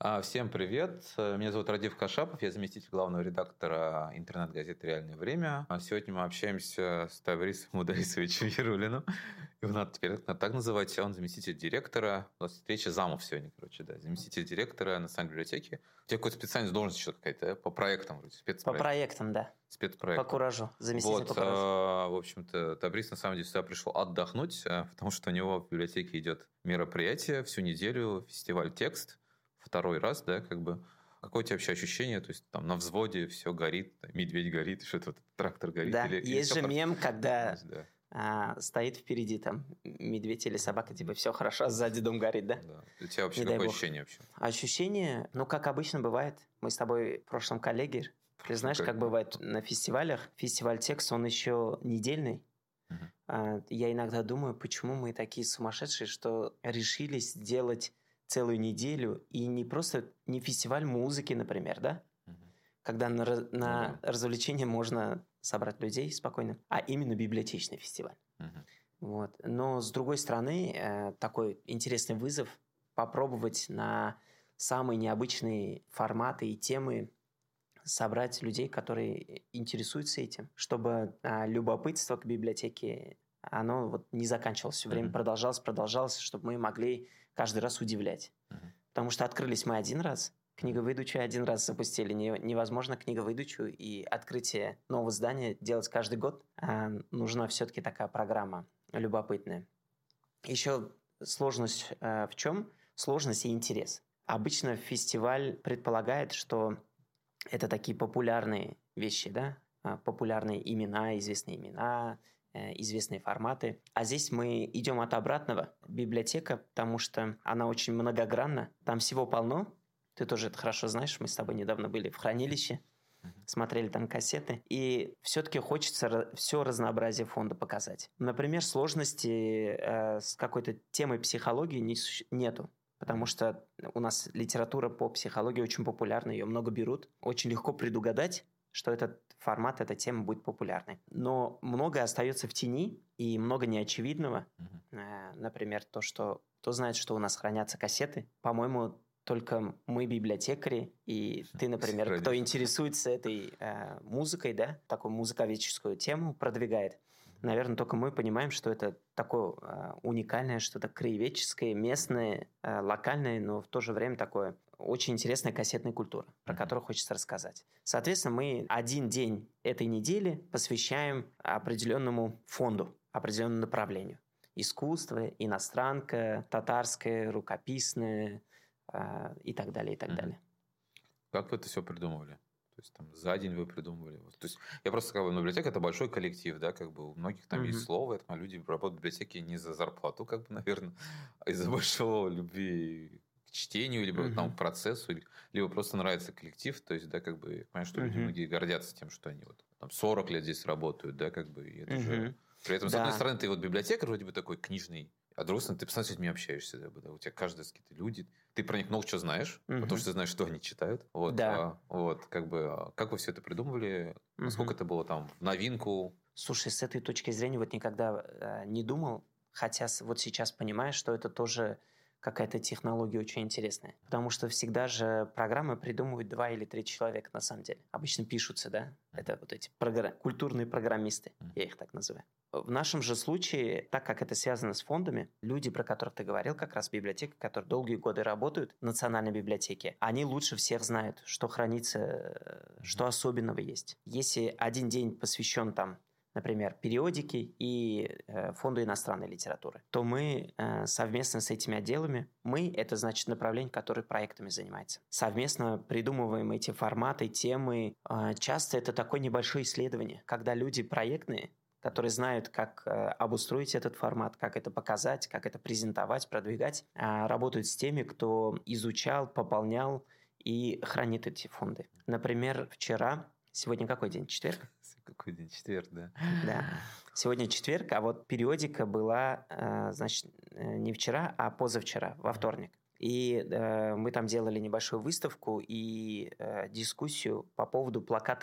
Всем привет! Меня зовут Радив Кашапов, я заместитель главного редактора интернет-газеты «Реальное время». Сегодня мы общаемся с Таврисом Мударисовичем Ярулиным. Его надо теперь так называть. Он заместитель директора. У нас встреча замов сегодня, да. Заместитель директора Национальной библиотеки. У тебя какая-то специальная должность еще какая-то, да? По проектам вроде, По проектам, да. Спецпроектам. По куражу, заместитель по куражу. В общем-то, Таврис на самом деле сюда пришел отдохнуть, потому что у него в библиотеке идет мероприятие всю неделю, фестиваль «Текст». Второй раз, да, как бы. Какое у тебя вообще ощущение? То есть там на взводе все горит, медведь горит, что-то вот, трактор горит? Да, или есть же мем, когда да. стоит впереди там медведь или собака, типа все хорошо, а сзади дом горит, да? Да. У тебя вообще Не дай какое бог. ощущение вообще? Ощущение, как обычно бывает. Мы с тобой в прошлом коллеги. Ты знаешь, как бывает на фестивалях. Фестиваль «Текст», он еще недельный. Я иногда думаю, почему мы такие сумасшедшие, что решились сделать целую неделю, и не фестиваль музыки, например, да? Когда на развлечение можно собрать людей спокойно, а именно библиотечный фестиваль. Вот. Но, с другой стороны, такой интересный вызов попробовать на самые необычные форматы и темы собрать людей, которые интересуются этим, чтобы любопытство к библиотеке, оно вот не заканчивалось, все время продолжалось, чтобы мы могли каждый раз удивлять. Потому что открылись мы один раз, книговыдачу один раз запустили. Невозможно книговыдачу и открытие нового здания делать каждый год. Нужна все-таки такая программа любопытная. Еще сложность в чем? Сложность и интерес. Обычно фестиваль предполагает, что это такие популярные вещи, да? Популярные имена, известные форматы. А здесь мы идем от обратного. Библиотека, потому что она очень многогранна. Там всего полно. Ты тоже это хорошо знаешь. Мы с тобой недавно были в хранилище, смотрели там кассеты. И все-таки хочется все разнообразие фонда показать. Например, сложности с какой-то темой психологии нету. Потому что у нас литература по психологии очень популярна, ее много берут. Очень легко предугадать, что этот формат, эта тема будет популярной. Но многое остается в тени и много неочевидного. Например, кто знает, что у нас хранятся кассеты. По-моему, только мы библиотекари, и ты, например, кто интересуется этой музыкой, да, такую музыковедческую тему продвигает. Наверное, только мы понимаем, что это такое уникальное, что-то краеведческое, местное, локальное, но в то же время такое очень интересная кассетная культура, про которую хочется рассказать. Соответственно, мы один день этой недели посвящаем определенному фонду, определенному направлению. Искусство, иностранка, татарское, рукописное и так далее, и так далее. Как вы это все придумывали? То есть там за день вы придумывали. То есть я просто сказал, библиотека это большой коллектив, да, как бы у многих там есть слово, это люди работают в библиотеке не за зарплату, как бы, наверное, а из-за большого любви к чтению, либо там к процессу, либо просто нравится коллектив, то есть, да, как бы, я понимаю, что люди многие гордятся тем, что они вот там 40 лет здесь работают, да, как бы, и это же... При этом, с одной стороны, ты вот библиотекарь вроде бы такой книжный, а с другой стороны, ты постоянно с людьми общаешься, да, у тебя каждый какие-то люди, ты про них много чего знаешь, потому что ты знаешь, что они читают. Вот, Да. как бы, как вы все это придумывали? Насколько это было там в новинку? Слушай, с этой точки зрения вот никогда не думал, хотя вот сейчас понимаю, что это тоже какая-то технология очень интересная. Потому что всегда же программы придумывают 2 или 3 человека на самом деле. Обычно пишутся, да? Это вот эти культурные программисты, я их так называю. В нашем же случае, так как это связано с фондами, люди, про которых ты говорил, как раз библиотека, которые долгие годы работают в национальной библиотеке, они лучше всех знают, что хранится, что особенного есть. Если один день посвящен там, например, периодике и фонду иностранной литературы, то мы совместно с этими отделами, это значит направление, которое проектами занимается, совместно придумываем эти форматы, темы. Часто это такое небольшое исследование, когда люди проектные, которые знают, как обустроить этот формат, как это показать, как это презентовать, продвигать, работают с теми, кто изучал, пополнял и хранит эти фонды. Например, сегодня какой день? Четверг? Какой день? Четверг, да. Да. Сегодня четверг, а вот периодика была, значит, не вчера, а позавчера, во вторник. И мы там делали небольшую выставку и дискуссию по поводу плакатов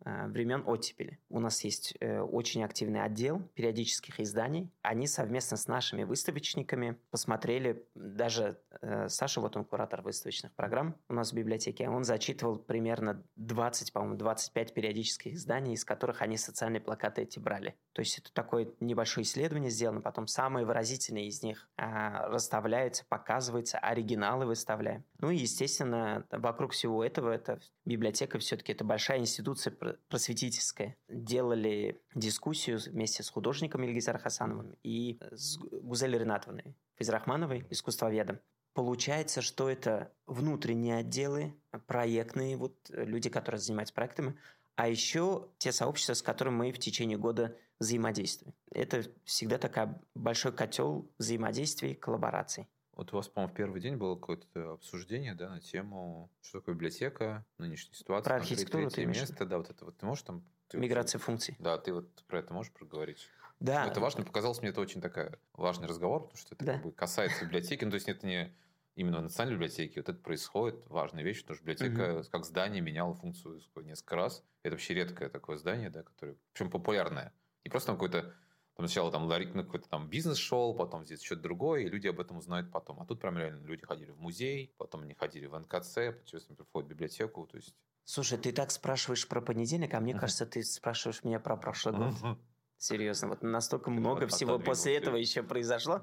времен оттепели. У нас есть очень активный отдел периодических изданий. Они совместно с нашими выставочниками посмотрели, даже Саша, вот он куратор выставочных программ у нас в библиотеке, он зачитывал примерно 20, по-моему, 25 периодических изданий, из которых они социальные плакаты эти брали. То есть это такое небольшое исследование сделано, потом самые выразительные из них расставляются, показываются, оригиналы выставляем. Ну и, естественно, вокруг всего этого, это библиотека все-таки это большая институция просветительская. Делали дискуссию вместе с художником Ильгизар Хасановым и с Гузель Ринатовной Фейзрахмановой, искусствоведом. Получается, что это внутренние отделы, проектные вот люди, которые занимаются проектами, а еще те сообщества, с которыми мы в течение года взаимодействуем. Это всегда такой большой котел взаимодействий, коллабораций. Вот у вас, по-моему, в первый день было какое-то обсуждение, да, на тему, что такое библиотека, нынешняя ситуация. Про архитектуру ты имеешь? Место, да, вот это вот ты можешь там... Миграция функций. Да, ты вот про это можешь проговорить? Да. Это важно, показалось мне это очень такой важный разговор, потому что это как бы касается библиотеки, ну, то есть это не именно национальной библиотеки, вот это происходит, важная вещь, потому что библиотека как здание меняла функцию несколько раз. Это вообще редкое такое здание, да, которое, причем популярное. И просто там какой-то, сначала там какой-то там бизнес шел, потом здесь что-то другое, и люди об этом узнают потом. А тут прям реально люди ходили в музей, потом они ходили в НКЦ, потом приходят в библиотеку, то есть... Слушай, ты так спрашиваешь про понедельник, а мне кажется, ты спрашиваешь меня про прошлый год. Серьезно, вот настолько много всего после этого еще произошло.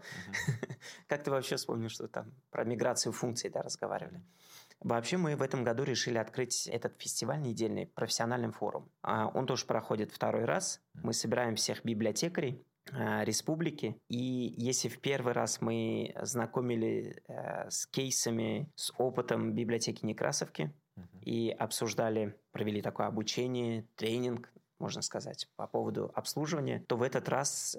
Как ты вообще вспомнил, что там про миграцию функций разговаривали? Вообще мы в этом году решили открыть этот фестиваль недельный профессиональным форумом. Он тоже проходит второй раз. Мы собираем всех библиотекарей республики. И если в первый раз мы знакомили с кейсами, с опытом библиотеки Некрасовки и обсуждали, провели такое обучение, тренинг, можно сказать, по поводу обслуживания, то в этот раз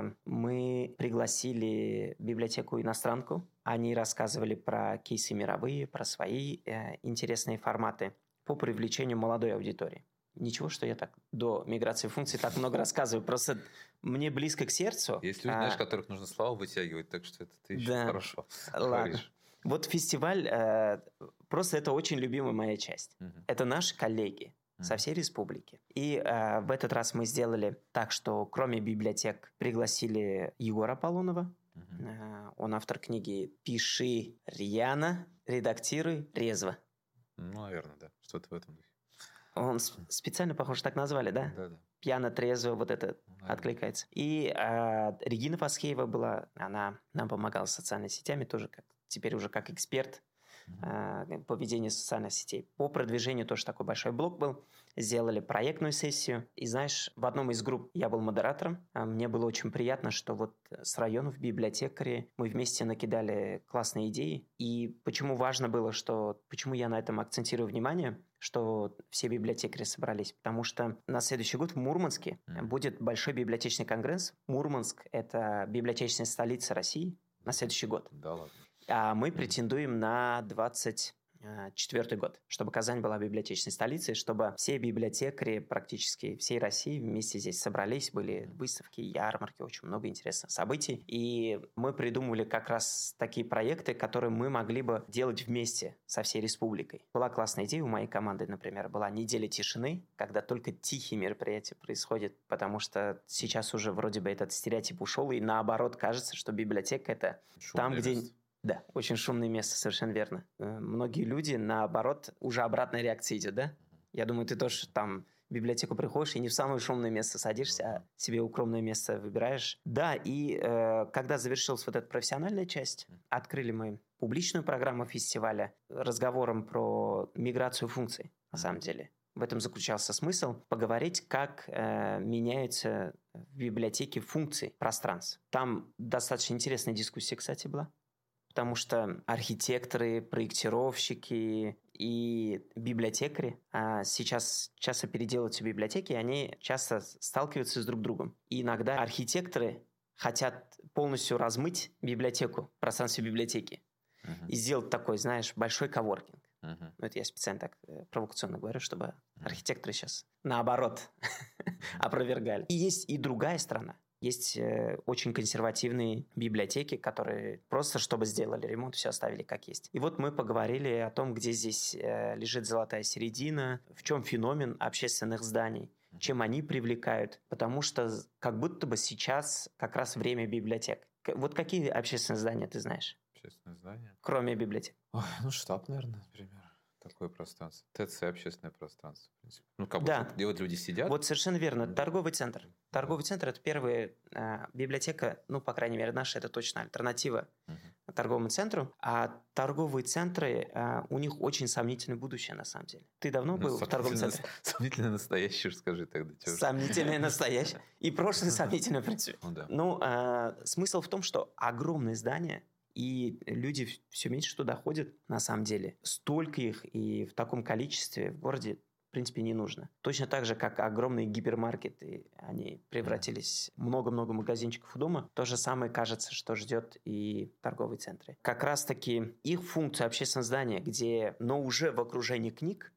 мы пригласили библиотеку-иностранку. Они рассказывали про кейсы мировые, про свои интересные форматы по привлечению молодой аудитории. Ничего, что я так до миграции функций так много рассказываю. Просто мне близко к сердцу. Есть люди, знаешь, которых нужно славу вытягивать, так что это ты еще хорошо говоришь. Вот фестиваль, просто это очень любимая моя часть. Это наши коллеги со всей республики. И в этот раз мы сделали так, что кроме библиотек пригласили Егора Аполлонова. Он автор книги «Пиши рьяно, редактируй резво». Ну, наверное, да. Что-то в этом духе. Он специально, похоже, так назвали, да? Да. Пьяно, трезво, вот это откликается. И Регина Фасхеева была, она нам помогала с социальными сетями, тоже теперь уже как эксперт по ведению социальных сетей. По продвижению тоже такой большой блок был. Сделали проектную сессию. И знаешь, в одном из групп я был модератором. Мне было очень приятно, что вот с районов библиотекари мы вместе накидали классные идеи. И почему важно было, почему я на этом акцентирую внимание, что все библиотекари собрались? Потому что на следующий год в Мурманске будет большой библиотечный конгресс. Мурманск – это библиотечная столица России на следующий год. Да ладно. А мы претендуем на 24-й год, чтобы Казань была библиотечной столицей, чтобы все библиотекари практически всей России вместе здесь собрались, были выставки, ярмарки, очень много интересных событий. И мы придумывали как раз такие проекты, которые мы могли бы делать вместе со всей республикой. Была классная идея у моей команды, например, была неделя тишины, когда только тихие мероприятия происходят, потому что сейчас уже вроде бы этот стереотип ушел, и наоборот кажется, что библиотека – это там, где... Да, очень шумное место, совершенно верно. Многие люди, наоборот, уже обратная реакция идет, да? Я думаю, ты тоже там в библиотеку приходишь и не в самое шумное место садишься, а себе укромное место выбираешь. Да, и когда завершилась вот эта профессиональная часть, открыли мы публичную программу фестиваля разговором про миграцию функций, на самом деле. В этом заключался смысл поговорить, как меняются в библиотеке функции пространств. Там достаточно интересная дискуссия, кстати, была. Потому что архитекторы, проектировщики и библиотекари сейчас часто переделываются библиотеки, и они часто сталкиваются с друг другом. И иногда архитекторы хотят полностью размыть библиотеку, пространство библиотеки, и сделать такой, знаешь, большой коворкинг. Ну, это я специально так провокационно говорю, чтобы архитекторы сейчас наоборот опровергали. И есть и другая сторона. Есть очень консервативные библиотеки, которые просто, чтобы сделали ремонт, все оставили как есть. И вот мы поговорили о том, где здесь лежит золотая середина, в чем феномен общественных зданий, чем они привлекают, потому что как будто бы сейчас как раз время библиотек. Вот какие общественные здания ты знаешь? Общественные здания? Кроме библиотек. Ой, штаб, наверное, например. Такое пространство. ТЦ – общественное пространство, в принципе. Да. Где вот люди сидят. Вот совершенно верно. Торговый центр. Торговый центр – это первая библиотека, по крайней мере, наша, это точно альтернатива торговому центру. А торговые центры, у них очень сомнительное будущее, на самом деле. Ты давно был в торговом центре? Сомнительное настоящее, скажи тогда. Сомнительное настоящее. И прошлое сомнительное, в принципе. Смысл в том, что огромные здания, и люди все меньше туда ходят, на самом деле. Столько их и в таком количестве в городе, в принципе, не нужно. Точно так же, как огромные гипермаркеты, они превратились в много-много магазинчиков у дома. То же самое, кажется, что ждет и торговые центры. Как раз-таки их функция общественного здания, но уже в окружении книг,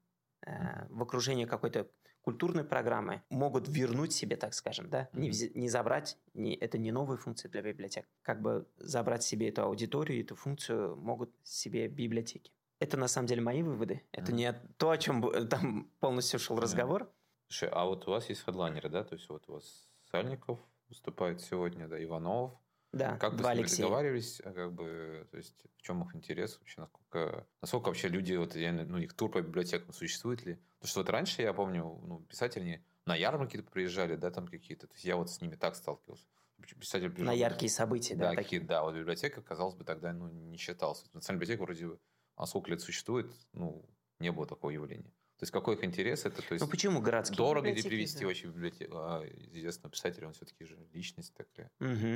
в окружении какой-то культурной программы могут вернуть себе, так скажем, да, не забрать, это не новая функция для библиотек, как бы забрать себе эту аудиторию, эту функцию могут себе библиотеки. Это на самом деле мои выводы, это не то, о чем там полностью шел разговор. Слушай, а вот у вас есть хедлайнеры, да, то есть вот у вас Сальников выступает сегодня, да, Иванов. Да, как вы с ними договаривались, как бы, то есть в чем их интерес вообще, насколько вообще люди, их тур по библиотекам существует ли? Потому что вот раньше, я помню, писатели на ярмарки приезжали, да, там какие-то, то есть я вот с ними так сталкивался. Писатель приезжал, на яркие события, да? Да, вот библиотека, казалось бы, тогда, не считалась. Национальная библиотека вроде, сколько лет существует, не было такого явления. То есть, какой их интерес это? То есть, почему городские дорого ли привезти вообще в библиотеку? Известного писателя, он все-таки же личность такая.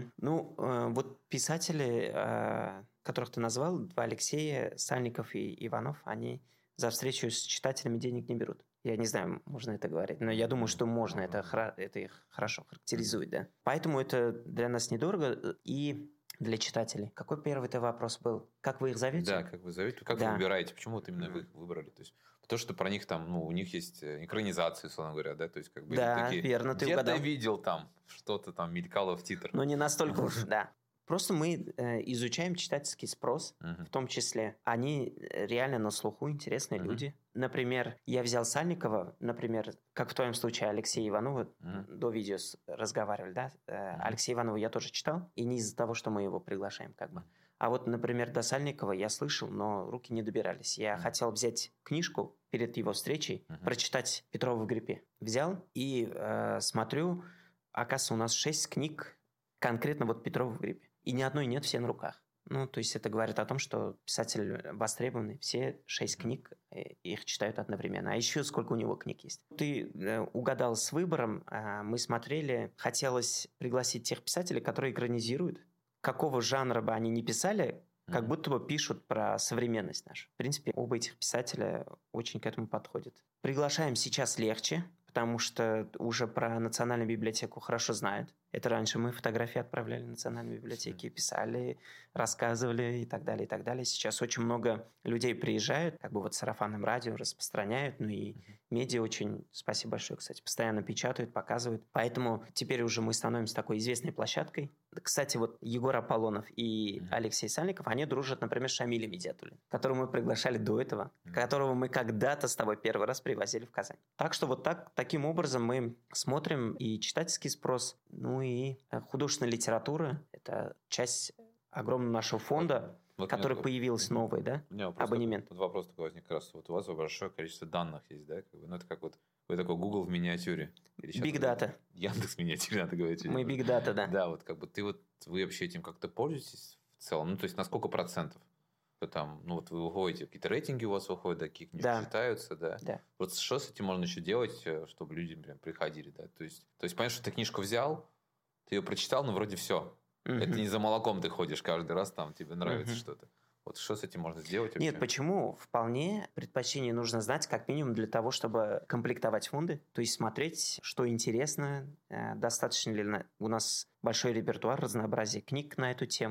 Вот писатели, которых ты назвал, два Алексея, Сальников и Иванов, они за встречу с читателями денег не берут. Я не знаю, можно это говорить, но я думаю, что можно, это их хорошо характеризует, да. Поэтому это для нас недорого и для читателей. Какой первый-то вопрос был? Как вы их зовете? Да, как вы зовете, как вы выбираете, почему вот именно вы их выбрали? То есть, потому что про них там, у них есть экранизации, условно говоря, да, то есть как бы такие, верно, ты угадал. Где-то видел там, что-то там мелькало в титрах. Но не настолько уж, да. Просто мы изучаем читательский спрос, в том числе. Они реально на слуху интересные люди. Например, я взял Сальникова, как в твоем случае Алексея Иванова, до видео разговаривали, да? Алексея Иванова я тоже читал, и не из-за того, что мы его приглашаем, как бы. А вот, например, до Сальникова я слышал, но руки не добирались. Я хотел взять книжку перед его встречей, прочитать «Петрова в гриппе». Взял и смотрю, оказывается, у нас 6 книг конкретно вот «Петрова в гриппе». И ни одной нет, все на руках. То есть это говорит о том, что писатель востребованный. Все 6 книг, их читают одновременно. А еще сколько у него книг есть. Ты угадал с выбором. Мы смотрели, хотелось пригласить тех писателей, которые экранизируют. Какого жанра бы они ни писали, как будто бы пишут про современность нашу. В принципе, оба этих писателя очень к этому подходят. Приглашаем сейчас легче, потому что уже про Национальную библиотеку хорошо знают. Это раньше мы фотографии отправляли в Национальную библиотеку, писали, рассказывали и так далее, и так далее. Сейчас очень много людей приезжают, как бы вот сарафанным радио распространяют, и медиа очень, спасибо большое, кстати, постоянно печатают, показывают. Поэтому теперь уже мы становимся такой известной площадкой. Кстати, вот Егор Аполлонов и Алексей Сальников, они дружат, например, с Шамилем Медиатуллиным, которого мы приглашали до этого, которого мы когда-то с тобой первый раз привозили в Казань. Так что вот таким образом мы смотрим и читательский спрос, и художественная литература – это часть огромного нашего фонда, который появился новый, да? Абонемент. Тут вопрос такой возник, как раз вот у вас большое количество данных есть, да? Это как вот вы такой Google в миниатюре. Big Data. Яндекс в миниатюре, надо говорить. Мы Big Data, да. Да, вот как бы вы вообще этим как-то пользуетесь в целом? То есть на сколько процентов? Там, вы выходите, какие-то рейтинги у вас выходят, да, какие книжки читаются, да? Вот что с этим можно еще делать, чтобы люди, например, приходили, да? То есть понятно, что ты книжку взял, ты ее прочитал, но вроде все. Это не за молоком ты ходишь каждый раз, там тебе нравится что-то. Вот что с этим можно сделать вообще? Нет, почему? Вполне предпочтение нужно знать, как минимум для того, чтобы комплектовать фонды, то есть смотреть, что интересно, достаточно ли у нас большой репертуар, разнообразие книг на эту тему,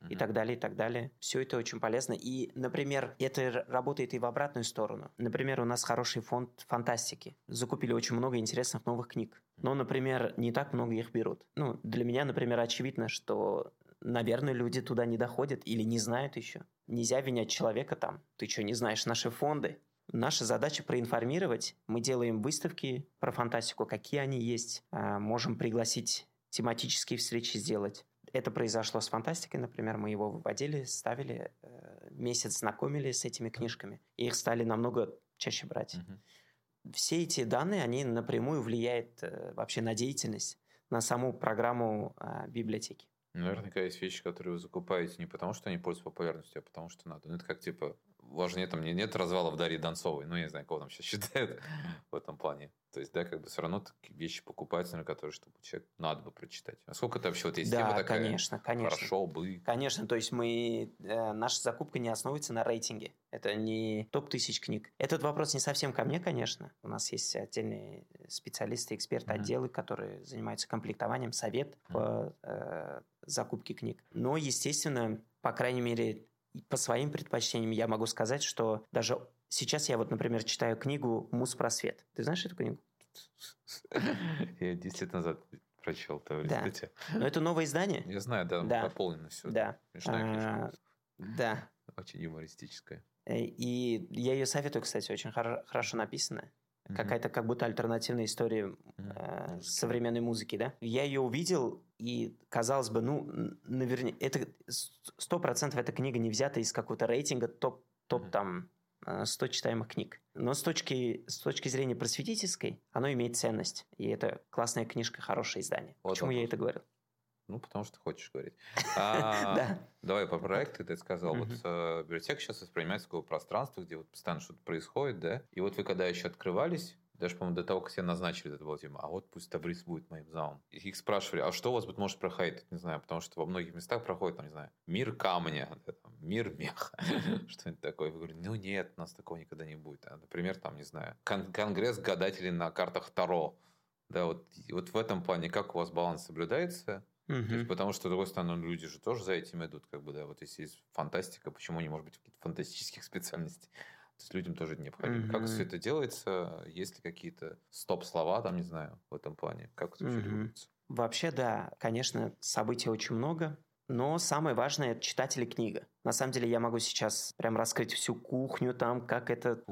и так далее, и так далее. Все это очень полезно. И, например, это работает и в обратную сторону. Например, у нас хороший фонд фантастики. Закупили очень много интересных новых книг. Но, например, не так много их берут. Ну, для меня, например, очевидно, что, наверное, люди туда не доходят или не знают еще. Нельзя винять человека там. Ты что, не знаешь наши фонды? Наша задача проинформировать. Мы делаем выставки про фантастику, какие они есть. Можем пригласить тематические встречи сделать. Это произошло с фантастикой, например. Мы его выводили, ставили, месяц знакомили с этими книжками. И их стали намного чаще брать. Все эти данные, они напрямую влияют вообще на деятельность, на саму программу библиотеки. Наверняка есть вещи, которые вы закупаете не потому, что они пользуются популярностью, а потому что надо. Ну, это как, типа, важнее, там нет развала в Дарье Донцовой. Ну, я не знаю, кого там сейчас считают в этом плане. То есть, да, как бы все равно такие вещи покупаются, на которые, чтобы человек надо бы прочитать. А сколько это вообще вот есть тема такая? Конечно. Хорошо бы. Конечно, то есть наша закупка не основывается на рейтинге. Это не топ-1000 книг. Этот вопрос не совсем ко мне, конечно. У нас есть отдельные специалисты, эксперты, отделы, которые занимаются комплектованием, совет по закупке книг. Но, естественно, по крайней мере, по своим предпочтениям я могу сказать, что даже сейчас я вот, например, читаю книгу «Муз-просвет». Ты знаешь эту книгу? Я 10 лет назад прочел это Да. издание. Но это новое издание. Я знаю, да. Дополнено все. Да. Смешная книжка. Да. Очень юмористическая. И я ее советую, кстати, очень хорошо написана. Какая-то как будто альтернативная история современной музыки, да? Я ее увидел, и казалось бы, наверняка, это 100% эта книга не взята из какого-то рейтинга топ там 100 читаемых книг. Но с точки зрения просветительской, оно имеет ценность. И это классная книжка, хорошее издание. Вот почему я это говорю? Ну, потому что хочешь говорить. Давай по проекту, ты сказал. Вот библиотека сейчас воспринимается как пространство, где вот постоянно что-то происходит, да? И вот вы когда еще открывались, даже, по-моему, до того, как себя назначили, это была тема, а вот пусть Табрис будет моим залом. И их спрашивали, а что у вас может проходить? Не знаю, потому что во многих местах проходит, там, не знаю, мир камня, мир меха, что-нибудь такое. Вы говорите, нет, у нас такого никогда не будет. Например, там, не знаю, конгресс гадателей на картах Таро. Да, вот в этом плане как у вас баланс соблюдается? То есть, потому что, с другой стороны, люди же тоже за этим идут, как бы, да, вот если есть фантастика, почему не может быть каких-то фантастических специальностей? То есть, людям тоже это необходимо. Как все это делается? Есть ли какие-то стоп-слова, там, не знаю, в этом плане? Как это вообще регулируется? Вообще, да, конечно, событий очень много, но самое важное – это читатель и книга. На самом деле, я могу сейчас прям раскрыть всю кухню, там, как это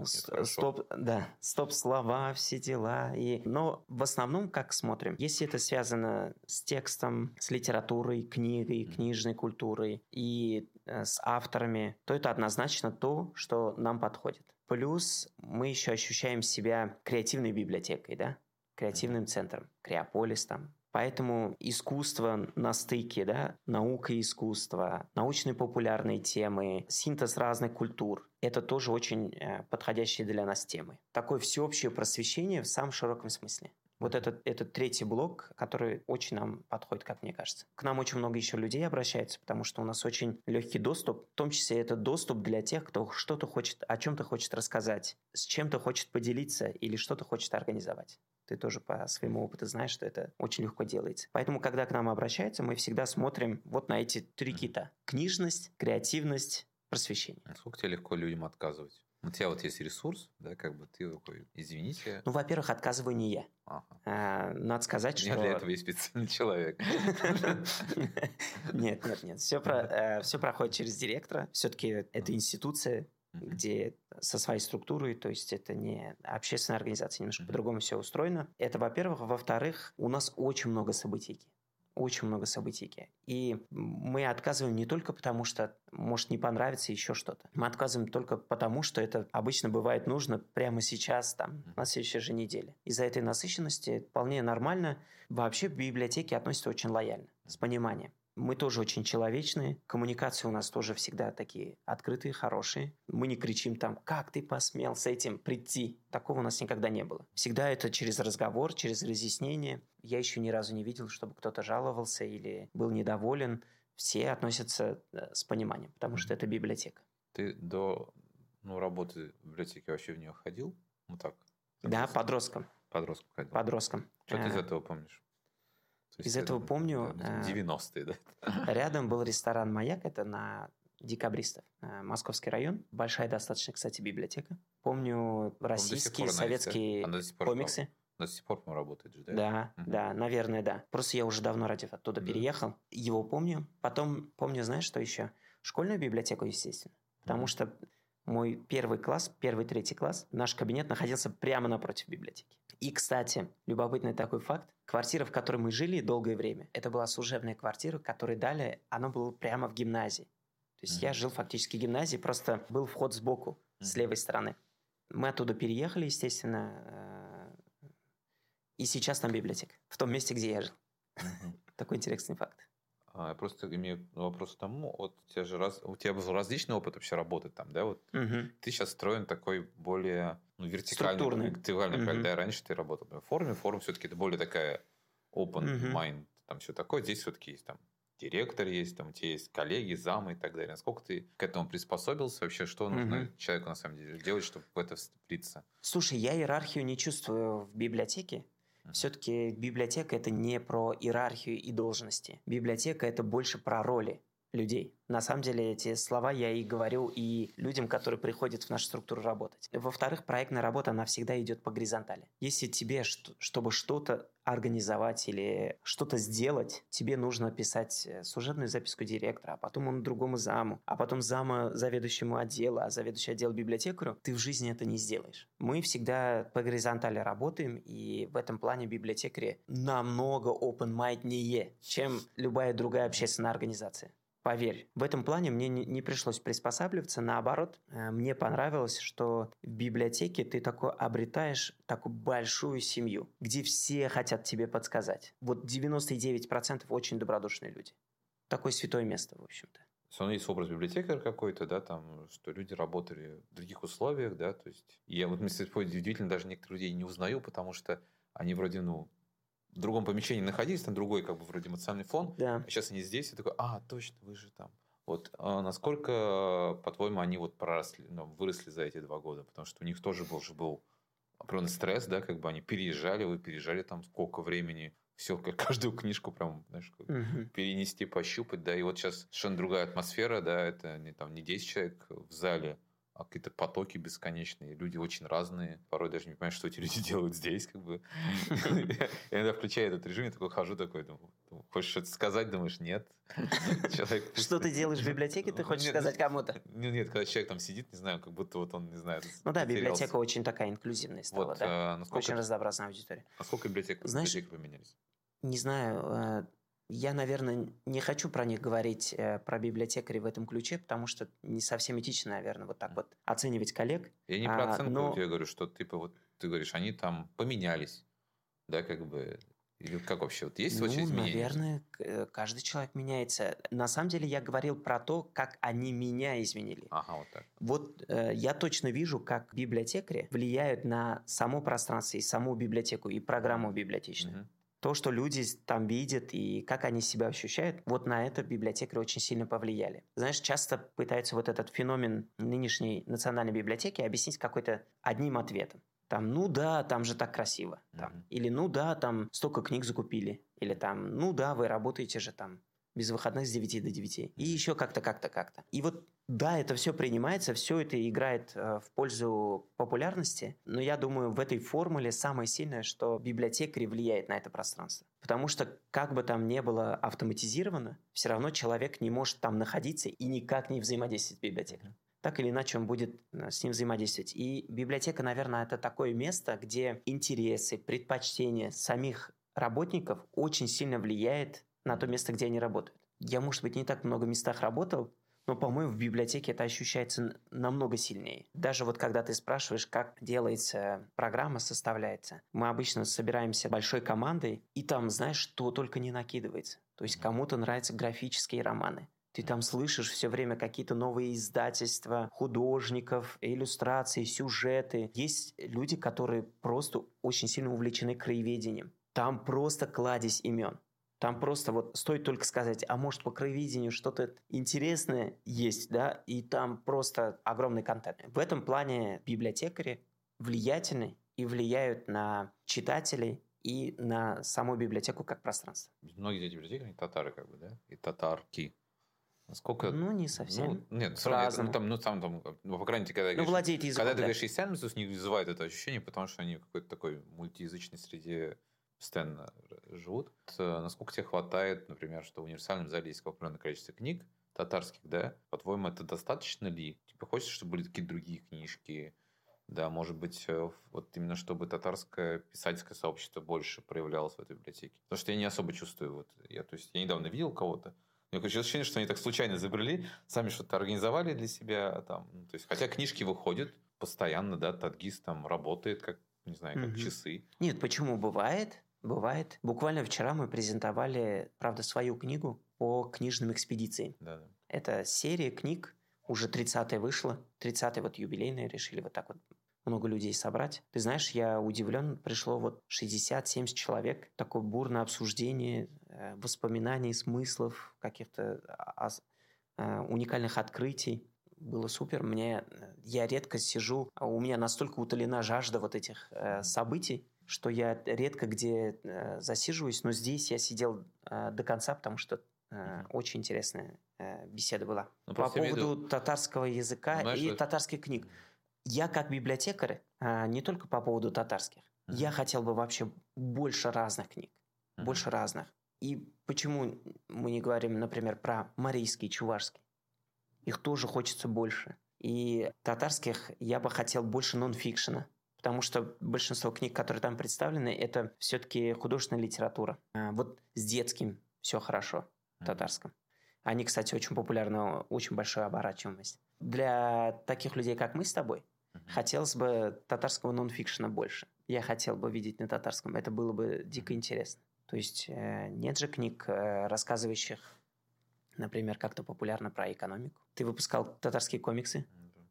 стоп-слова, все дела. Но в основном, как смотрим, если это связано с текстом, с литературой, книгой, книжной культурой и с авторами, то это однозначно то, что нам подходит. Плюс мы еще ощущаем себя креативной библиотекой, да? Креативным центром, Креополис там. Поэтому искусство на стыке, да, наука и искусство, научно-популярные темы, синтез разных культур – это тоже очень подходящие для нас темы. Такое всеобщее просвещение в самом широком смысле. Вот этот третий блок, который очень нам подходит, как мне кажется. К нам очень много еще людей обращается, потому что у нас очень легкий доступ, в том числе это доступ для тех, кто что-то хочет, о чем-то хочет рассказать, с чем-то хочет поделиться или что-то хочет организовать. Ты тоже по своему опыту знаешь, что это очень легко делается. Поэтому, когда к нам обращаются, мы всегда смотрим вот на эти три кита. Книжность, креативность, просвещение. Насколько тебе легко людям отказывать? У тебя вот есть ресурс, да, как бы ты такой, извините. Ну, во-первых, отказываю не я. Надо сказать, что... Для этого есть специальный человек. Нет. Все проходит через директора. Все-таки это институция, где со своей структурой, то есть это не общественная организация, немножко по-другому все устроено. Это, во-первых. Во-вторых, у нас очень много событий. Очень много событий. И мы отказываем не только потому, что может не понравиться еще что-то. Мы отказываем только потому, что это обычно бывает нужно прямо сейчас, там, на следующей же неделе. Из-за этой насыщенности вполне нормально. Вообще к библиотеке относятся очень лояльно, с пониманием. Мы тоже очень человечные, коммуникации у нас тоже всегда такие открытые, хорошие. Мы не кричим там, как ты посмел с этим прийти. Такого у нас никогда не было. Всегда это через разговор, через разъяснение. Я еще ни разу не видел, чтобы кто-то жаловался или был недоволен. Все относятся с пониманием, потому что это библиотека. Ты до работы в библиотеке вообще в нее ходил? Ну так. Да, подростком. Подростком ходил. Подростком. Что ты из этого помнишь? Из этого помню... 90-е, да? Рядом был ресторан «Маяк», это на Декабристов, Московский район. Большая достаточно, кстати, библиотека. Помню российские, советские комиксы. До сих пор, по-моему, работает же, да? Да, да, наверное, да. Просто я уже давно оттуда переехал. Его помню. Потом помню, знаешь, что еще? Школьную библиотеку, естественно. Потому что мой первый, третий класс, наш кабинет находился прямо напротив библиотеки. И, кстати, любопытный такой факт. Квартира, в которой мы жили долгое время, это была служебная квартира, которую дали, она была прямо в гимназии. То есть я жил фактически в гимназии, просто был вход сбоку, с левой стороны. Мы оттуда переехали, естественно, и сейчас там библиотека, в том месте, где я жил. Такой интересный факт. Я просто имею вопрос к тому, вот у тебя был различный опыт вообще работы там, да? Вот ты сейчас строен такой более вертикальный проект, да? Раньше ты работал в форме все-таки это более такая open mind, там все такое. Здесь все-таки есть там директор есть, там у тебя есть коллеги, замы и так далее. Насколько ты к этому приспособился? Вообще, что нужно человеку на самом деле делать, чтобы в это вступиться? Слушай, я иерархию не чувствую в библиотеке. Все-таки библиотека – это не про иерархию и должности. Библиотека – это больше про роли людей. На самом деле эти слова я и говорю и людям, которые приходят в нашу структуру работать. Во-вторых, проектная работа, она всегда идет по горизонтали. Если тебе, чтобы что-то организовать или что-то сделать, тебе нужно писать служебную записку директора, а потом он другому заму, а потом зама заведующему отделу, а заведующий отдел библиотекарю, ты в жизни это не сделаешь. Мы всегда по горизонтали работаем, и в этом плане библиотекари намного open-mindнее, чем любая другая общественная организация. Поверь, в этом плане мне не пришлось приспосабливаться, наоборот, мне понравилось, что в библиотеке ты обретаешь такую большую семью, где все хотят тебе подсказать. Вот 99% очень добродушные люди. Такое святое место, в общем-то. То есть, есть образ библиотекаря какой-то, да, там, что люди работали в других условиях, да, то есть, я вот, мне удивительно, даже некоторых людей не узнаю, потому что они вроде, в другом помещении находились, там другой вроде эмоциональный фон, а сейчас они здесь, и такой, точно, вы же там. Вот насколько, по-твоему, они выросли за эти 2 года? Потому что у них тоже был определенный стресс, да, они вы переезжали там сколько времени, все, каждую книжку прям, знаешь, перенести, пощупать, да, и вот сейчас совершенно другая атмосфера, да, это не 10 человек в зале, а какие-то потоки бесконечные, люди очень разные, порой даже не понимаешь, что эти люди делают здесь, Я иногда включаю этот режим, я такой хожу, думаю, хочешь что-то сказать, думаешь, нет. Что ты делаешь в библиотеке, ты хочешь сказать кому-то? Нет, когда человек там сидит, не знаю, как будто он, не знаю, библиотека очень такая инклюзивная стала, да? Очень разнообразная аудитория. А сколько библиотек поменялись? Не знаю, я, наверное, не хочу про них говорить, про библиотекарей в этом ключе, потому что не совсем этично, наверное, вот так вот оценивать коллег. Я не про оценку, я говорю, что ты говоришь, они там поменялись, да, или как вообще? Вот есть вообще изменения? Наверное, каждый человек меняется. На самом деле я говорил про то, как они меня изменили. Ага, вот так. Вот я точно вижу, как библиотекари влияют на само пространство и саму библиотеку, и программу библиотечную. То, что люди там видят и как они себя ощущают, вот на это библиотекари очень сильно повлияли. Знаешь, часто пытаются вот этот феномен нынешней национальной библиотеки объяснить какой-то одним ответом. Там, там же так красиво. Там. Или, там столько книг закупили. Или там, вы работаете же там без выходных с 9 до 9. И еще как-то. И вот, это все принимается, все это играет в пользу популярности, но я думаю, в этой формуле самое сильное, что библиотекарь влияет на это пространство. Потому что, как бы там ни было автоматизировано, все равно человек не может там находиться и никак не взаимодействовать с библиотекарем. Так или иначе он будет с ним взаимодействовать. И библиотека, наверное, это такое место, где интересы, предпочтения самих работников очень сильно влияет на то место, где они работают. Я, может быть, не так много местах работал, но, по-моему, в библиотеке это ощущается намного сильнее. Даже вот когда ты спрашиваешь, как делается программа, составляется, мы обычно собираемся большой командой, и там, знаешь, что только не накидывается. То есть кому-то нравятся графические романы. Ты там слышишь все время какие-то новые издательства, художников, иллюстрации, сюжеты. Есть люди, которые просто очень сильно увлечены краеведением. Там просто кладезь имен. Там просто стоит только сказать, а может по краеведению что-то интересное есть, да, и там просто огромный контент. В этом плане библиотекари влиятельны и влияют на читателей и на саму библиотеку как пространство. Многие эти библиотеки, они татары как бы, да? И татарки. Насколько... Ну, не совсем. Нет, все равно, по крайней мере, когда владеет языком, когда ты говоришь христиан, то не вызывает это ощущение, потому что они в какой-то такой мультиязычной среде постоянно живут. Насколько тебе хватает, например, что в универсальном зале есть определенное количество книг татарских, да? По-твоему, это достаточно ли? Тебе хочется, чтобы были какие-то другие книжки? Да, может быть, вот именно чтобы татарское писательское сообщество больше проявлялось в этой библиотеке. Потому что я не особо чувствую. Я недавно видел кого-то, у меня ощущение, что они так случайно забрели, сами что-то организовали для себя. То есть, хотя книжки выходят постоянно, да, Тадгиз там работает, как, не знаю, как часы. Нет, почему? Бывает. Буквально вчера мы презентовали, правда, свою книгу по книжным экспедициям. Да. Это серия книг, уже 30-я вышла. 30-я вот юбилейная, решили вот так вот много людей собрать. Ты знаешь, я удивлен, пришло вот 60-70 человек. Такое бурное обсуждение воспоминаний, смыслов, каких-то уникальных открытий. Было супер. Я редко сижу, у меня настолько утолена жажда вот этих событий, что я редко где засиживаюсь, но здесь я сидел до конца, потому что очень интересная беседа была. По поводу татарского языка и татарских книг. Я как библиотекарь, не только по поводу татарских, я хотел бы вообще больше разных книг. Больше разных. И почему мы не говорим, например, про марийский, чувашский? Их тоже хочется больше. И татарских я бы хотел больше нон-фикшена. Потому что большинство книг, которые там представлены, это все-таки художественная литература. Вот с детским все хорошо в татарском. Они, кстати, очень популярны, очень большая оборачиваемость. Для таких людей, как мы с тобой, хотелось бы татарского нон-фикшена больше. Я хотел бы видеть на татарском. Это было бы дико интересно. То есть нет же книг, рассказывающих, например, как-то популярно про экономику. Ты выпускал татарские комиксы?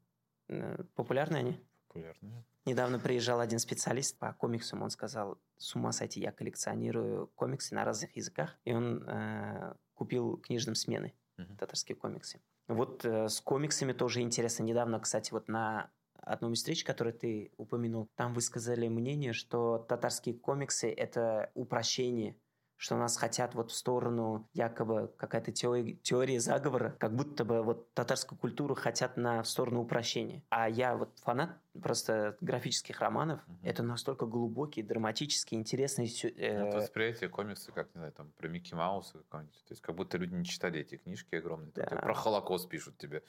Популярны они? Популярные. Недавно приезжал один специалист по комиксам, он сказал, с ума сойти, я коллекционирую комиксы на разных языках, и он купил книжным смены, татарские комиксы. Вот с комиксами тоже интересно. Недавно, кстати, вот на одном из встреч, которую ты упомянул, там высказали мнение, что татарские комиксы – это упрощение, что нас хотят вот в сторону якобы какая-то теория заговора, как будто бы вот татарскую культуру хотят в сторону упрощения. А я вот фанат просто графических романов. Это настолько глубокий, драматический, интересный... Это восприятие комикса, как, не знаю, там, про Микки Мауса какого-нибудь. То есть, как будто люди не читали эти книжки огромные. Да. Про Холокост пишут тебе.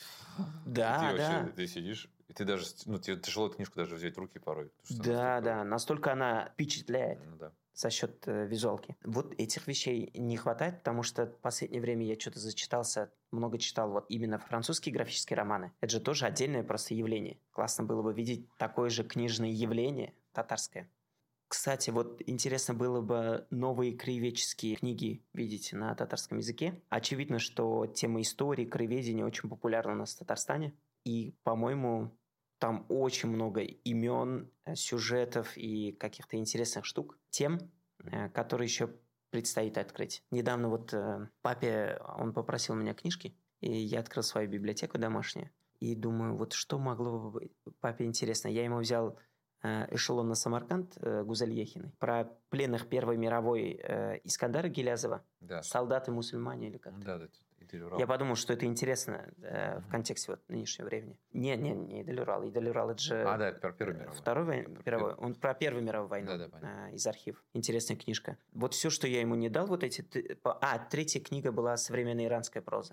Да, ты сидишь, и ты даже... тебе тяжело эту книжку даже взять в руки порой. Да, настолько она впечатляет. Да. За счет визуалки. Вот этих вещей не хватает, потому что в последнее время я что-то зачитался, много читал вот именно французские графические романы. Это же тоже отдельное просто явление. Классно было бы видеть такое же книжное явление татарское. Кстати, вот интересно было бы новые краеведческие книги видеть на татарском языке. Очевидно, что тема истории, краеведения очень популярна у нас в Татарстане. И, по-моему, там очень много имен, сюжетов и каких-то интересных штук, тем, которые еще предстоит открыть. Недавно вот папе, он попросил у меня книжки, и я открыл свою библиотеку домашнюю, и думаю, вот что могло бы быть папе интересно. Я ему взял «Эшелон на Самарканд» Гузель Ехиной, про пленных Первой мировой Искандара Гилязова, да. «Солдаты-мусульмане» или как-то. Да. Я подумал, что это интересно в контексте вот нынешнего времени. Не Идель-Урал. Идель-Урал это же... это про Первую мировую. Вторую мировую. Он про Первую мировую войну из архива. Интересная книжка. Вот все, что я ему не дал, вот эти... третья книга была «Современная иранская проза».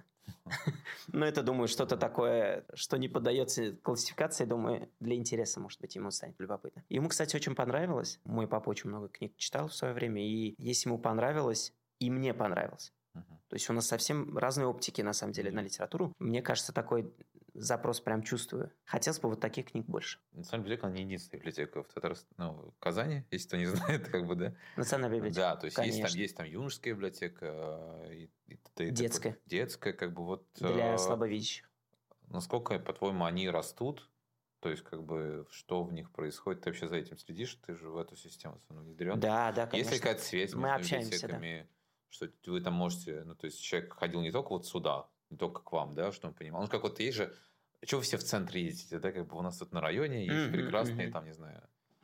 Но это, думаю, что-то такое, что не поддается классификации, думаю, для интереса, может быть, ему станет любопытно. Ему, кстати, очень понравилось. Мой папа очень много книг читал в свое время, и если ему понравилось, и мне понравилось. То есть у нас совсем разные оптики, на самом деле, на литературу. Мне кажется, такой запрос прям чувствую. Хотелось бы вот таких книг больше. На самом деле, она не единственная библиотека в Казани, если кто не знает, как бы, да? Национальная библиотека. Да, то есть есть там юношеская библиотека. Детская. Детская, как бы вот... Для слабовидящих. Насколько, по-твоему, они растут? То есть, как бы, что в них происходит? Ты вообще за этим следишь? Ты же в эту систему внедрен. Да, конечно. Есть ли какая-то связь Мы между общаемся, библиотеками? Что вы там можете... то есть, человек ходил не только вот сюда, не только к вам, да, что он понимал. Как вот есть же... Чего вы все в центре ездите, да? Как бы у нас тут на районе есть прекрасные, там, не знаю...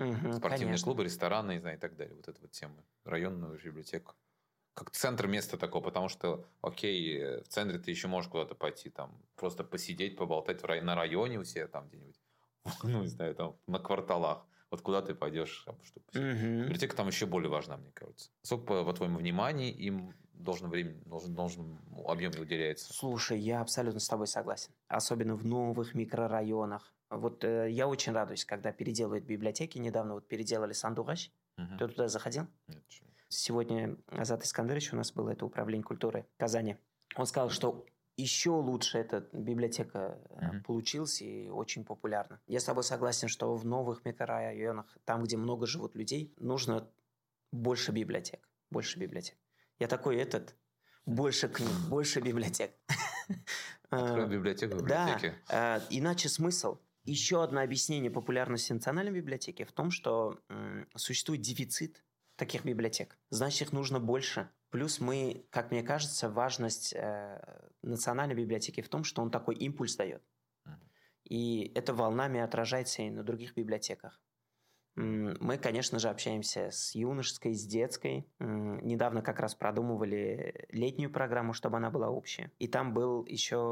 Спортивные конечно. клубы, рестораны, не знаю, и так далее. Вот эта вот тема. Районную библиотеку. Как центр места такого, потому что, окей, в центре ты еще можешь куда-то пойти, там, просто посидеть, поболтать на районе у себя там где-нибудь, ну, не знаю, там, на кварталах. Вот куда ты пойдешь, чтобы посидеть. Библиотека там еще более важна, мне кажется. Сколько, по твоему вниманию, им должен объем уделяется? Слушай, я абсолютно с тобой согласен. Особенно в новых микрорайонах. Вот я очень радуюсь, когда переделывают библиотеки. Недавно вот переделали Сандугач. Ты туда заходил? Нет. Сегодня Азат Искандерович у нас был, это управление культуры в Казани. Он сказал, что еще лучше эта библиотека получилась и очень популярна. Я с тобой согласен, что в новых микрорайонах, там, где много живут людей, нужно больше библиотек. Больше библиотек. Я такой больше книг, больше библиотек. Открой библиотеку в библиотеке. Да, иначе смысл. Еще одно объяснение популярности национальной библиотеки в том, что существует дефицит таких библиотек. Значит, их нужно больше. Плюс мы, как мне кажется, важность национальной библиотеки в том, что он такой импульс дает. И это волнами отражается и на других библиотеках. Мы, конечно же, общаемся с юношеской, с детской. Недавно как раз продумывали летнюю программу, чтобы она была общая. И там была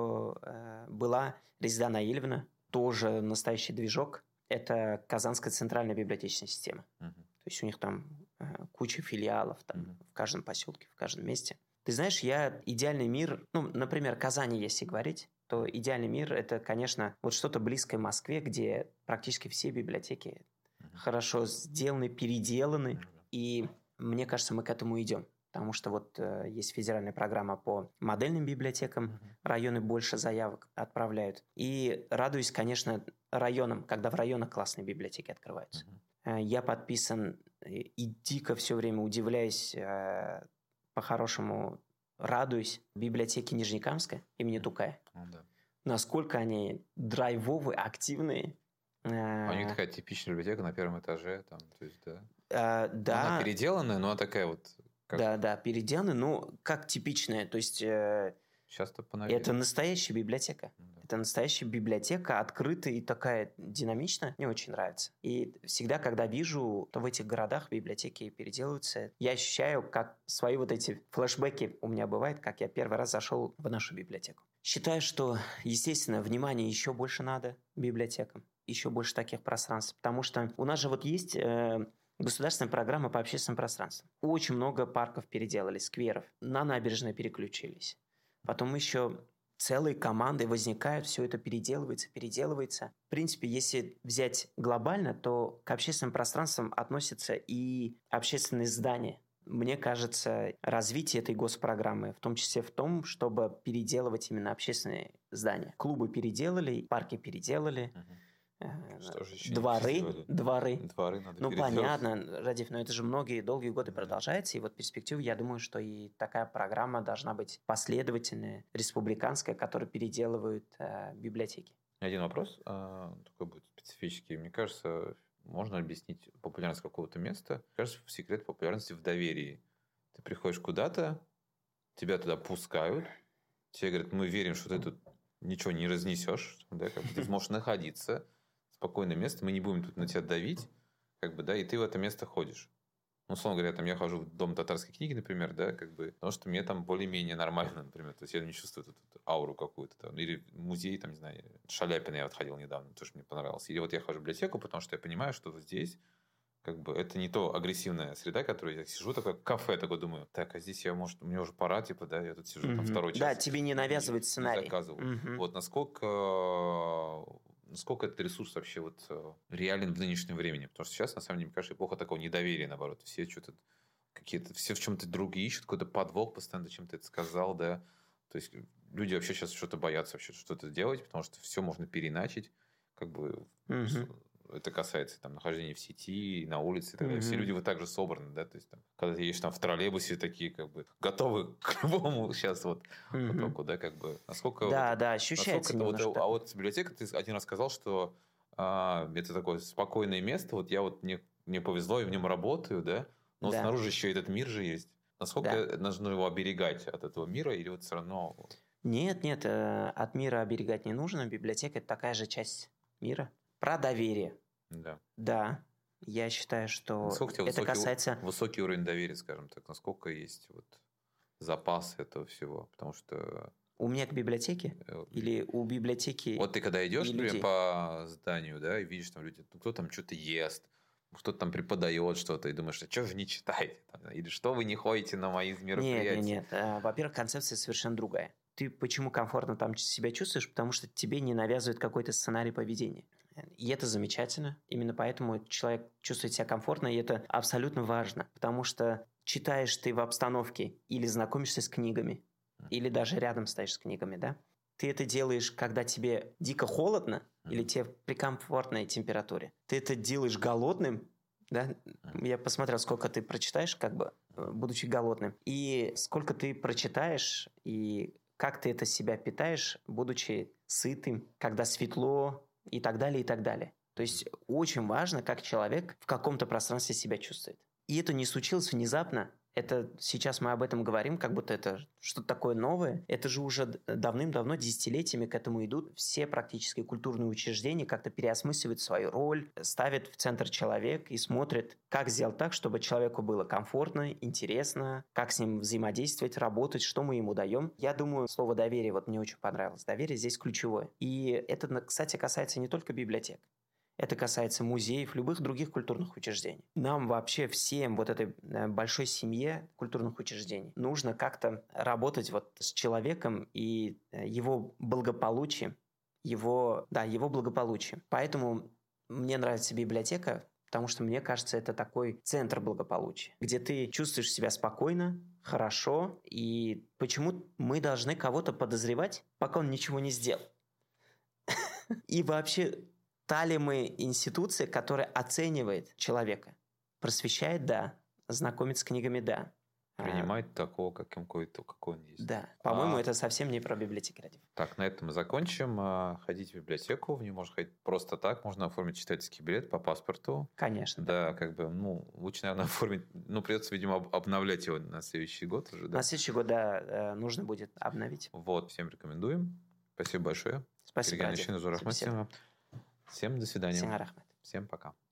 Резеда Наильевна, тоже настоящий движок. Это Казанская центральная библиотечная система. То есть у них там куча филиалов там, в каждом поселке, в каждом месте. Ты знаешь, идеальный мир, например, Казани, если говорить, то идеальный мир – это, конечно, вот что-то близкое Москве, где практически все библиотеки хорошо сделаны, переделаны. И мне кажется, мы к этому идем. Потому что вот есть федеральная программа по модельным библиотекам, районы больше заявок отправляют. И радуюсь, конечно, районам, когда в районах классные библиотеки открываются. Я подписан и дико все время удивляюсь, по-хорошему радуюсь библиотеке Нижнекамска имени Тукая. Насколько они драйвовые, активные. У них такая типичная библиотека на первом этаже. Там, то есть, да. Она переделанная, но она такая вот... Да, переделанная, но как типичная. То есть часто поновее. Это настоящая библиотека. Это настоящая библиотека, открытая и такая динамичная. Мне очень нравится. И всегда, когда вижу, то в этих городах библиотеки переделываются, я ощущаю, как свои вот эти флешбеки у меня бывает, как я первый раз зашел в нашу библиотеку. Считаю, что, естественно, внимания еще больше надо библиотекам. Еще больше таких пространств. Потому что у нас же вот есть государственная программа по общественным пространствам. Очень много парков переделали, скверов. На набережной переключились. Потом еще целые команды возникают, все это переделывается. В принципе, если взять глобально, то к общественным пространствам относятся и общественные здания. Мне кажется, развитие этой госпрограммы, в том числе в том, чтобы переделывать именно общественные здания. Клубы переделали, парки переделали. Что же еще дворы надо ну, понятно, Радив, но это же долгие годы продолжается, и вот в перспективе, я думаю, что и такая программа должна быть последовательная, республиканская, которая переделывает библиотеки. Один вопрос, такой будет специфический. Мне кажется, можно объяснить популярность какого-то места. Кажется, секрет популярности в доверии. Ты приходишь куда-то, тебя туда пускают, тебе говорят, мы верим, что ты тут ничего не разнесешь, да, как бы ты сможешь находиться, спокойное место, мы не будем тут на тебя давить, как бы, да, и ты в это место ходишь. Ну, условно говоря, там я хожу в дом татарской книги, например, да, как бы, потому что мне там более-менее нормально, например, то есть я не чувствую эту ауру какую-то там, или музей, там, не знаю, Шаляпина я вот ходил недавно, тоже мне понравилось, или вот я хожу в библиотеку, потому что я понимаю, что вот здесь как бы это не то агрессивная среда, которую я сижу, такое кафе, такой думаю, так, а здесь мне уже пора, типа, да, я тут сижу там второй час. Да, тебе не навязывают сценарий. Не заказывал. Вот насколько этот ресурс вообще вот реален в нынешнем времени? Потому что сейчас, на самом деле, мне кажется, эпоха такого недоверия, наоборот. Все что-то все в чем-то другие ищут, какой-то подвох постоянно, чем ты это сказал, да. То есть люди вообще сейчас что-то боятся вообще что-то делать, потому что все можно переиначить, как бы... Это касается там нахождения в сети, на улице и так далее. Все люди вот так же собраны, да, то есть там, когда ты едешь там в троллейбусе, такие как бы готовы к любому сейчас вот потоку, да, как бы. Насколько... Да, ощущается немножко. А вот библиотека, ты один раз сказал, что это такое спокойное место, вот я вот мне повезло, я в нем работаю, да, но снаружи еще этот мир же есть. Насколько нужно его оберегать от этого мира или вот все равно... Нет, от мира оберегать не нужно. Библиотека – это такая же часть мира. Про доверие. Да. Да. Я считаю, что Насколько это касается... высокий уровень доверия, скажем так, насколько есть вот запас этого всего, потому что... У меня к библиотеке? Или у библиотеки Вот ты когда идешь, например, людей? по зданию, да, и видишь там люди, кто там что-то ест, кто-то там преподает что-то, и думаешь, а что вы не читаете? Или что вы не ходите на мои мероприятия? Нет. Во-первых, концепция совершенно другая. Ты почему комфортно там себя чувствуешь? Потому что тебе не навязывают какой-то сценарий поведения. И это замечательно. Именно поэтому человек чувствует себя комфортно, и это абсолютно важно. Потому что читаешь ты в обстановке или знакомишься с книгами, или даже рядом стоишь с книгами, да? Ты это делаешь, когда тебе дико холодно, или тебе при комфортной температуре. Ты это делаешь голодным, да? Я посмотрел, сколько ты прочитаешь, как бы, будучи голодным, и сколько ты прочитаешь, и как ты это себя питаешь, будучи сытым, когда светло, и так далее, и так далее. То есть очень важно, как человек в каком-то пространстве себя чувствует. И это не случилось внезапно. Это сейчас мы об этом говорим, как будто это что-то такое новое. Это же уже давным-давно, десятилетиями к этому идут. Все практически культурные учреждения как-то переосмысливают свою роль, ставят в центр человека и смотрят, как сделать так, чтобы человеку было комфортно, интересно, как с ним взаимодействовать, работать, что мы ему даем. Я думаю, слово «доверие» вот мне очень понравилось. Доверие здесь ключевое. И это, кстати, касается не только библиотек. Это касается музеев, любых других культурных учреждений. Нам вообще всем, вот этой большой семье культурных учреждений, нужно как-то работать вот с человеком и его благополучием, его благополучием. Поэтому мне нравится библиотека, потому что, мне кажется, это такой центр благополучия, где ты чувствуешь себя спокойно, хорошо, и почему мы должны кого-то подозревать, пока он ничего не сделал? И вообще... Та ли мы институция, которая оценивает человека? Просвещает – да. Знакомит с книгами – да. Принимает такого, какой он есть. Да. По-моему, это совсем не про библиотеки. Так, на этом мы закончим. Ходить в библиотеку. В нее можно ходить просто так. Можно оформить читательский билет по паспорту. Конечно. Да, как бы, лучше, наверное, оформить. Придется, видимо, обновлять его на следующий год уже. Да? На следующий год, да, нужно будет обновить. Вот, всем рекомендуем. Спасибо большое. Спасибо, Радик. Всем до свидания. Всем рахмат. Всем пока.